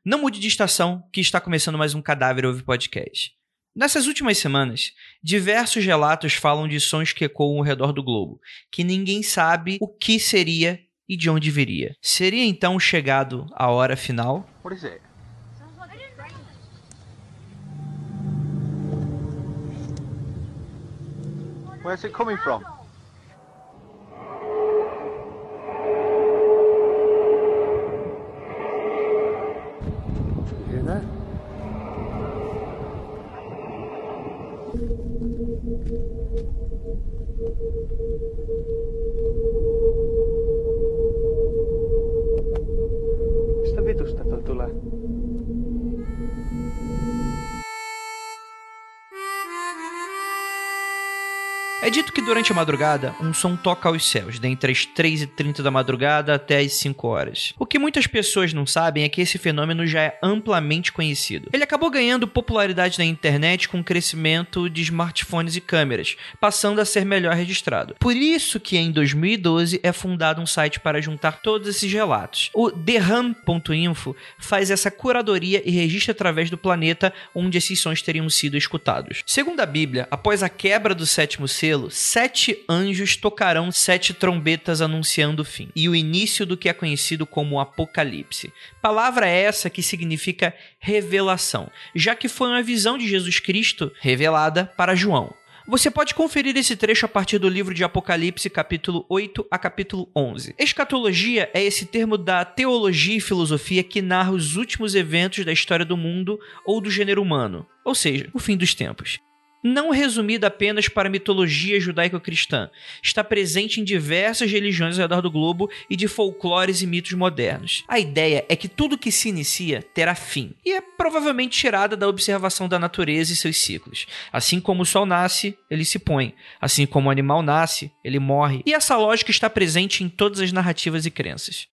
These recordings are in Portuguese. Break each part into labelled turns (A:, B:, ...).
A: Não mude de estação, que está começando mais um Cadáver Ouve Podcast. Nessas últimas semanas, diversos relatos falam de sons que ecoam ao redor do globo, que ninguém sabe o que seria e de onde viria. Seria então chegado a hora final?
B: What is it? Where's it coming from? You hear that? Mistä vitusta toi tulee?
A: É dito que durante a madrugada, um som toca aos céus, dentre as 3h30 da madrugada até as 5 horas. O que muitas pessoas não sabem é que esse fenômeno já é amplamente conhecido. Ele acabou ganhando popularidade na internet com o crescimento de smartphones e câmeras, passando a ser melhor registrado. Por isso que em 2012 é fundado um site para juntar todos esses relatos. O TheHum.info faz essa curadoria e registra através do planeta onde esses sons teriam sido escutados. Segundo a Bíblia, após a quebra do sétimo selo, 7 anjos tocarão 7 trombetas anunciando o fim e o início do que é conhecido como Apocalipse. Palavra essa que significa revelação, já que foi uma visão de Jesus Cristo revelada para João. Você pode conferir esse trecho a partir do livro de Apocalipse, capítulo 8 a capítulo 11. Escatologia é esse termo da teologia e filosofia que narra os últimos eventos da história do mundo ou do gênero humano, ou seja, o fim dos tempos. Não resumida apenas para a mitologia judaico-cristã, está presente em diversas religiões ao redor do globo e de folclores e mitos modernos. A ideia é que tudo que se inicia terá fim, e é provavelmente tirada da observação da natureza e seus ciclos. Assim como o sol nasce, ele se põe. Assim como o animal nasce, ele morre. E essa lógica está presente em todas as narrativas e crenças.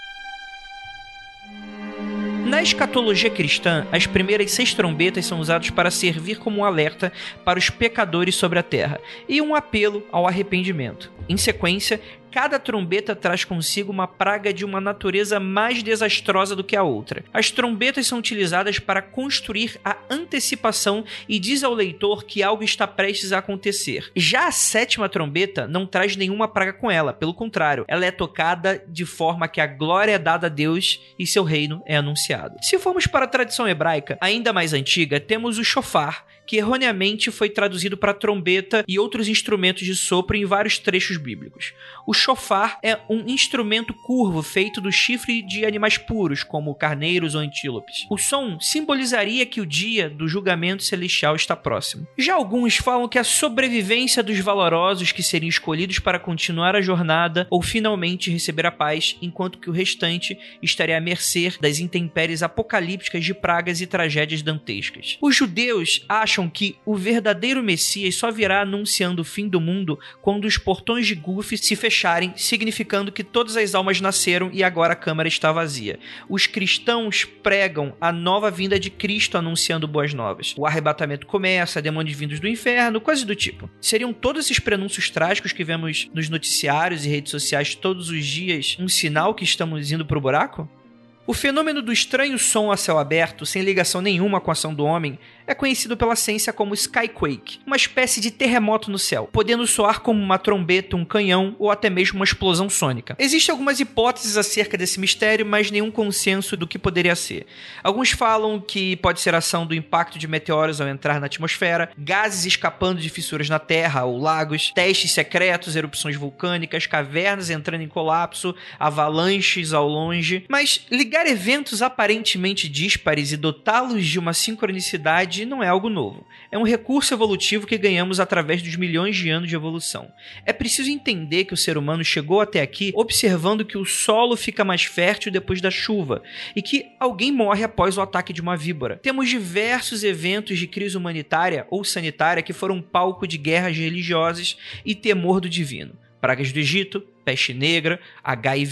A: Na escatologia cristã, as primeiras 6 trombetas são usadas para servir como um alerta para os pecadores sobre a terra e um apelo ao arrependimento. Em sequência, cada trombeta traz consigo uma praga de uma natureza mais desastrosa do que a outra. As trombetas são utilizadas para construir a antecipação e diz ao leitor que algo está prestes a acontecer. Já a 7ª trombeta não traz nenhuma praga com ela, pelo contrário, ela é tocada de forma que a glória é dada a Deus e seu reino é anunciado. Se formos para a tradição hebraica, ainda mais antiga, temos o shofar, que erroneamente foi traduzido para trombeta e outros instrumentos de sopro em vários trechos bíblicos. O shofar é um instrumento curvo feito do chifre de animais puros, como carneiros ou antílopes. O som simbolizaria que o dia do julgamento celestial está próximo. Já alguns falam que a sobrevivência dos valorosos que seriam escolhidos para continuar a jornada ou finalmente receber a paz, enquanto que o restante estaria à mercê das intempéries apocalípticas de pragas e tragédias dantescas. Os judeus acham que o verdadeiro Messias só virá anunciando o fim do mundo quando os portões de Guf se fecharem, significando que todas as almas nasceram e agora a câmara está vazia. Os cristãos pregam a nova vinda de Cristo anunciando boas novas. O arrebatamento começa, demônios vindos do inferno, coisas do tipo. Seriam todos esses prenúncios trágicos que vemos nos noticiários e redes sociais todos os dias um sinal que estamos indo para o buraco? O fenômeno do estranho som a céu aberto, sem ligação nenhuma com a ação do homem, é conhecido pela ciência como Skyquake, uma espécie de terremoto no céu, podendo soar como uma trombeta, um canhão ou até mesmo uma explosão sônica. Existem algumas hipóteses acerca desse mistério, mas nenhum consenso do que poderia ser. Alguns falam que pode ser ação do impacto de meteoros ao entrar na atmosfera, gases escapando de fissuras na terra ou lagos, testes secretos, erupções vulcânicas, cavernas entrando em colapso, avalanches ao longe, mas ligar eventos aparentemente díspares e dotá-los de uma sincronicidade não é algo novo. É um recurso evolutivo que ganhamos através dos milhões de anos de evolução. É preciso entender que o ser humano chegou até aqui observando que o solo fica mais fértil depois da chuva e que alguém morre após o ataque de uma víbora. Temos diversos eventos de crise humanitária ou sanitária que foram palco de guerras religiosas e temor do divino. Pragas do Egito, peste negra, HIV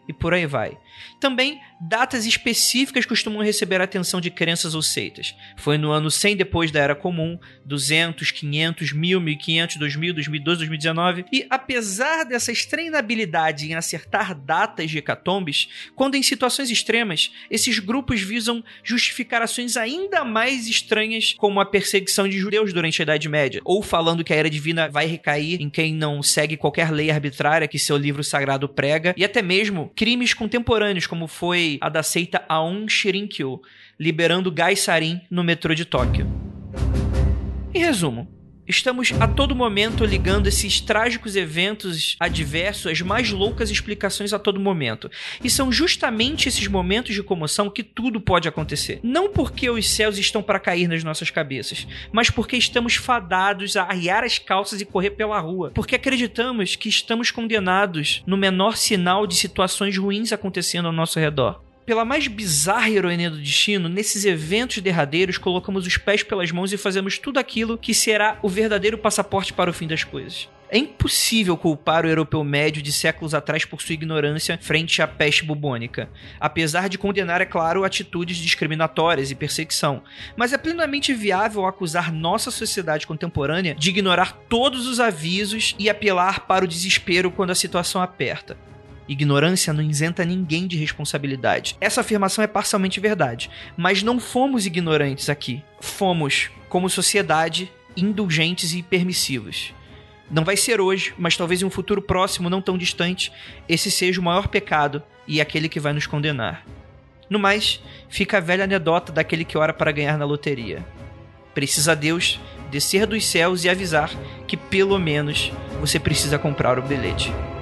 A: e por aí vai. Também, datas específicas costumam receber a atenção de crenças ou seitas. Foi no ano 100 depois da Era Comum, 200, 500, 1000, 1500, 2000, 2002, 2019. E apesar dessa estranha inabilidade em acertar datas de hecatombes, quando em situações extremas, esses grupos visam justificar ações ainda mais estranhas, como a perseguição de judeus durante a Idade Média, ou falando que a Era Divina vai recair em quem não segue qualquer lei arbitrária que seu livro sagrado prega, e até mesmo crimes contemporâneos, como foi a da seita Aum Shirinkyo, liberando gás sarin no metrô de Tóquio. Em resumo, estamos a todo momento ligando esses trágicos eventos adversos às mais loucas explicações a todo momento. E são justamente esses momentos de comoção que tudo pode acontecer. Não porque os céus estão para cair nas nossas cabeças, mas porque estamos fadados a arriar as calças e correr pela rua. Porque acreditamos que estamos condenados no menor sinal de situações ruins acontecendo ao nosso redor. Pela mais bizarra ironia do destino, nesses eventos derradeiros colocamos os pés pelas mãos e fazemos tudo aquilo que será o verdadeiro passaporte para o fim das coisas. É impossível culpar o europeu médio de séculos atrás por sua ignorância frente à peste bubônica, apesar de condenar, é claro, atitudes discriminatórias e perseguição. Mas é plenamente viável acusar nossa sociedade contemporânea de ignorar todos os avisos e apelar para o desespero quando a situação aperta. Ignorância não isenta ninguém de responsabilidade. Essa afirmação é parcialmente verdade, mas não fomos ignorantes aqui. Fomos, como sociedade, indulgentes e permissivos. Não vai ser hoje, mas talvez em um futuro próximo, não tão distante, esse seja o maior pecado e aquele que vai nos condenar. No mais, fica a velha anedota daquele que ora para ganhar na loteria. Precisa Deus descer dos céus e avisar que, pelo menos, você precisa comprar o bilhete.